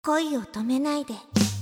恋を止めないで。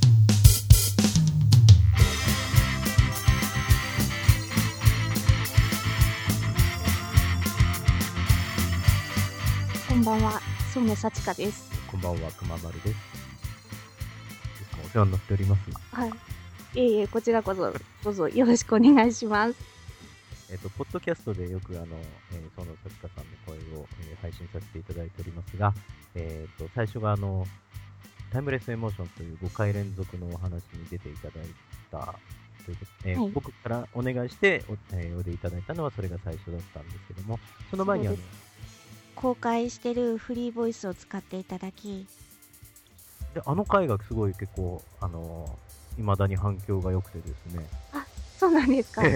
こんばんは、染め幸香です。 こんばんは、くままるです。いつもお世話になっております。 はい。こちらこそ、どうぞよろしくお願いします。 ポッドキャストでよく園幸香さんの声を、配信させていただいておりますが、最初がタイムレスエモーションという5回連続のお話に出ていただいたということ、 はい僕からお願いしてお出いただいたのはそれが最初だったんですけども、その前にそう公開してるフリーボイスを使っていただき、 で回がすごい結構未だに反響が良くてですね、 あ、そうなんですか。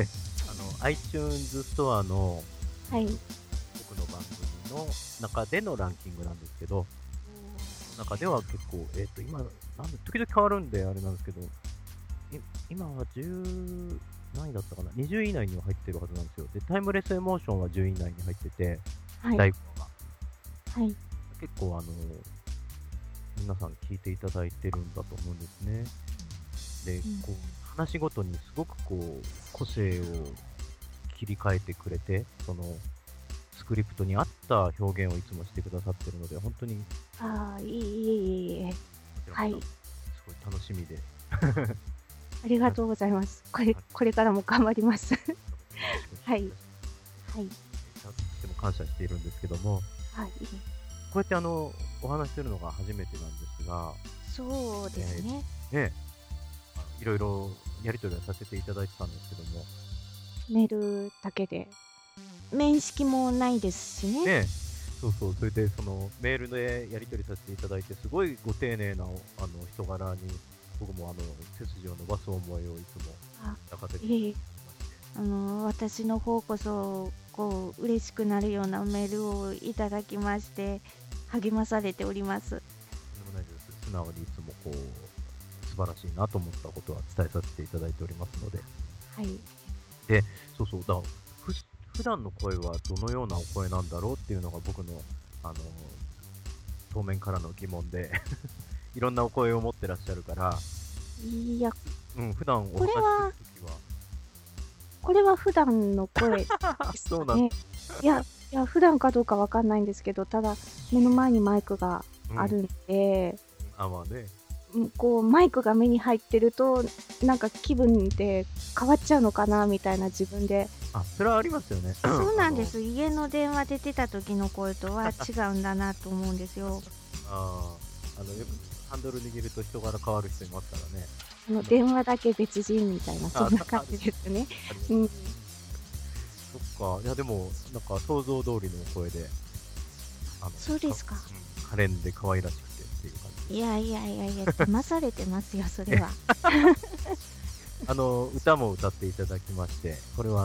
iTunes ストアのはい。 僕の番組の中でのランキングなんですけど、中では結構、今、時々変わるんであれなんですけど、今は10何位だったかな、20位以内には入ってるはずなんですよ。で、タイムレスエモーションは10位以内に入ってて、 はい。 第5話が。 はい。 結構皆さん聞いていただいてるんだと思うんですね。で、こう、話ごとにすごくこう、個性を切り替えてくれて、その、スクリプトに合った表現をいつもしてくださってるので、本当に、 いい。はい。 すごい楽しみで。 ありがとうございます。これからも頑張ります。はい。はい。 とても感謝しているんですけども、 はい。 こうやってお話しするのが初めてなんですが、 そうですね。 いろいろやり取りはさせていただいてたんですけども、 メールだけで。面識もないですしね。 そう、それでそのメールでやり取りさせていただいて、すごいご丁寧な人柄に、僕も背筋を伸ばす思いをいつも抱かせていただきまして、 私の方こそこう嬉しくなるようなメールをいただきまして励まされております。 とんでもないです。素直にいつもこう素晴らしいなと思ったことは伝えさせていただいておりますので、 はい。 で、そうだ、普段の声はどのようなお声なんだろうっていうのが僕の当面からの疑問でいろんなお声を持ってらっしゃるから、 いや、 普段お話しするときはこれは普段の声ですかそうなんね。いや、普段かどうかわかんないんですけど、ただ目の前にマイクがあるんで、 まあね、 こうマイクが目に入ってるとなんか気分で変わっちゃうのかなみたいな自分で。 それはありますよね。 そうなんです。家の電話出てた時の声とは違うんだなと思うんですよ。 よくハンドル握ると人柄変わる人いますからね。 電話だけ別人みたいな、そんな感じですね。 そっか。いや、でも、なんか想像通りの声で、 そうですか。 可憐で可愛らしくてっていう感じ。 いや、騙されてますよ、それは。 歌も歌っていただきまして、これは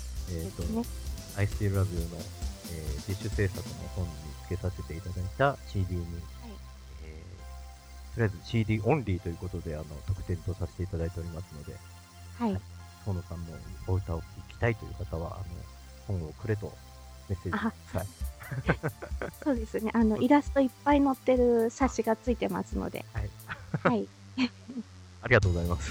I Still Love You の、自主制作の本に付けさせていただいた CD に、とりあえず CD オンリーということで特典とさせていただいておりますので、園さんのお歌を聴きたいという方は本をくれとメッセージください。 そうですね。イラストいっぱい載ってる冊子がついてますので。はい。 ありがとうございます。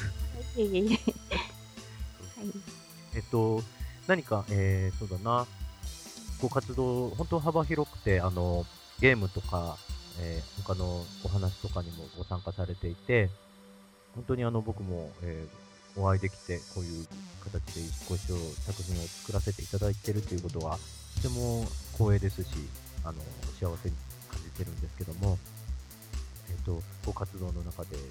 何か、そうだな、ご活動、本当幅広くて、ゲームとか、他のお話とかにもご参加されていて、本当に僕も、お会いできて、こういう形でご一緒作品を作らせていただいているということは、とても光栄ですし、幸せに感じてるんですけども、ご活動の中で、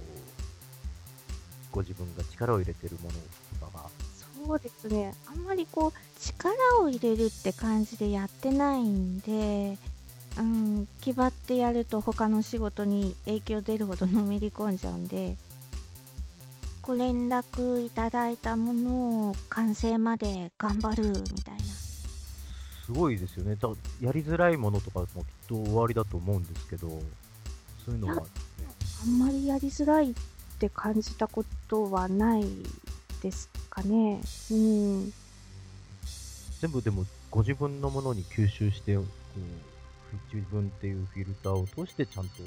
ご自分が力を入れているものとかが。 そうですね。あんまりこう、力を入れるって感じでやってないんで、気張ってやると他の仕事に影響出るほどのめり込んじゃうんで、ご連絡いただいたものを完成まで頑張るみたいな。 すごいですよね。やりづらいものとかもきっと終わりだと思うんですけど、そういうのは、 あんまりやりづらいって感じたことはないですかね。 全部でもご自分のものに吸収して、自分っていうフィルターを通してちゃんと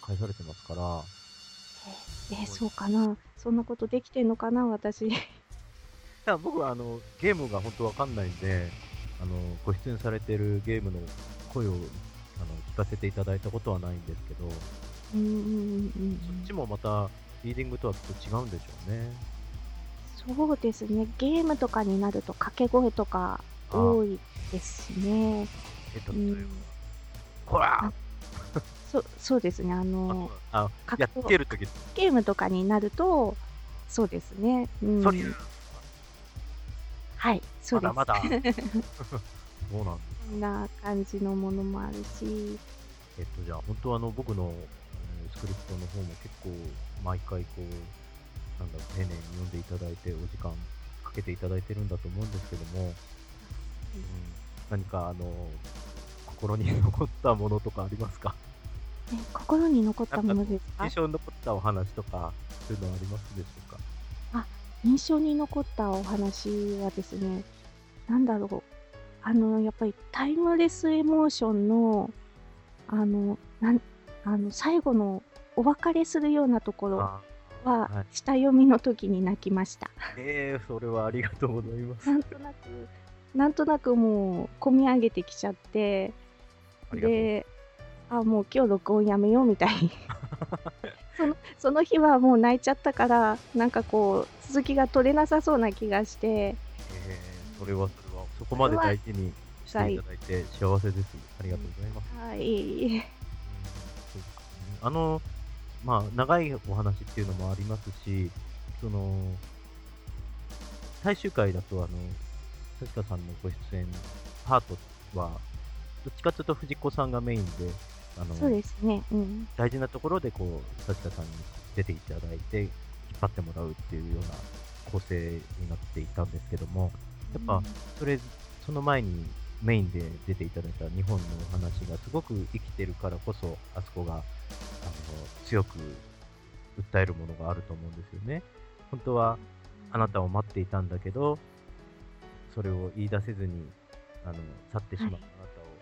返されてますから、すごい。 そうかな。そんなことできてんのかな、私。 僕はゲームが本当わかんないんで、ご出演されてるゲームの声を聞かせていただいたことはないんですけど、 うんうんうんうんそっちもまたリーディングとはきっと違うんでしょうね。 そうですね。ゲームとかになると掛け声とかあ、 多いですしね。 例えば、 うん。 こらあ、そうですね。 あ、そうなんやっ格闘てる時ゲームとかになると、そうですね。うそりゃ、 ん。はい、そうです。 まだまだ、そうなんですか。 そんな感じのものもあるし、 じゃあ、本当は僕の、スクリプトの方も結構、毎回こう、なんだろう、丁寧に読んでいただいて、お時間かけていただいてるんだと思うんですけども、何か、心に残ったものとかありますか？ 心に残ったもなんかのですか？ 印象に残ったお話とか、そういうのはありますでしょうか？ あ、印象に残ったお話はですね、なんだろう、やっぱりタイムレスエモーションの、あの、なん最後のお別れするようなところあは、 あ、はい。 下読みの時に泣きました。 それはありがとうございます。 なんとなくもう込み上げてきちゃって、 ありがとうございで、もう今日録音やめようみたいにその日はもう泣いちゃったから、なんかこう、続きが取れなさそうな気がして、 そこまでそれは大事にしていただいて幸せです。ありがとうございます。 はい、いえいえ。 そうですね。長いお話っていうのもありますし、その、最終回だと、さちかさんのご出演パートは、どっちかというと藤子さんがメインで、 そうですね、うん。 大事なところで、さちかさんに出ていただいて、引っ張ってもらうっていうような構成になっていたんですけども、やっぱ、それ、その前にメインで出ていただいた日本のお話がすごく生きてるからこそ、あそこが、強く訴えるものがあると思うんですよね。本当は、あなたを待っていたんだけど、それを言い出せずに、去ってしまったあなたを、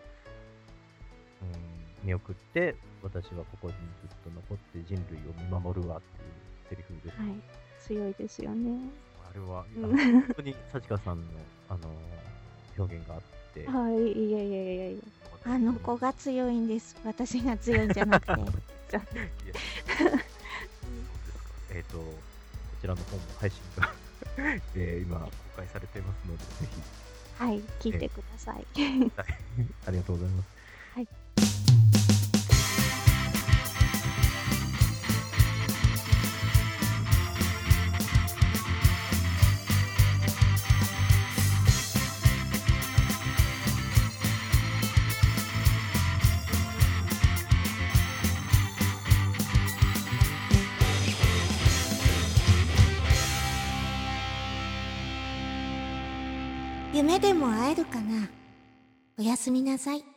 見送って、私はここにずっと残って人類を見守るわっていうセリフです。 はい、強いですよね。 あれは、 うん本当に幸香さんの、表現があって、 はい、いえいえいえいえ。 ああの子が強いんです。私が強いんじゃなくて。 いや、そうですか。こちらの方も配信が今公開されていますので、ぜひ、 はい、聞いてください。 はいありがとうございます。 はい。 夢でも会えるかな。おやすみなさい。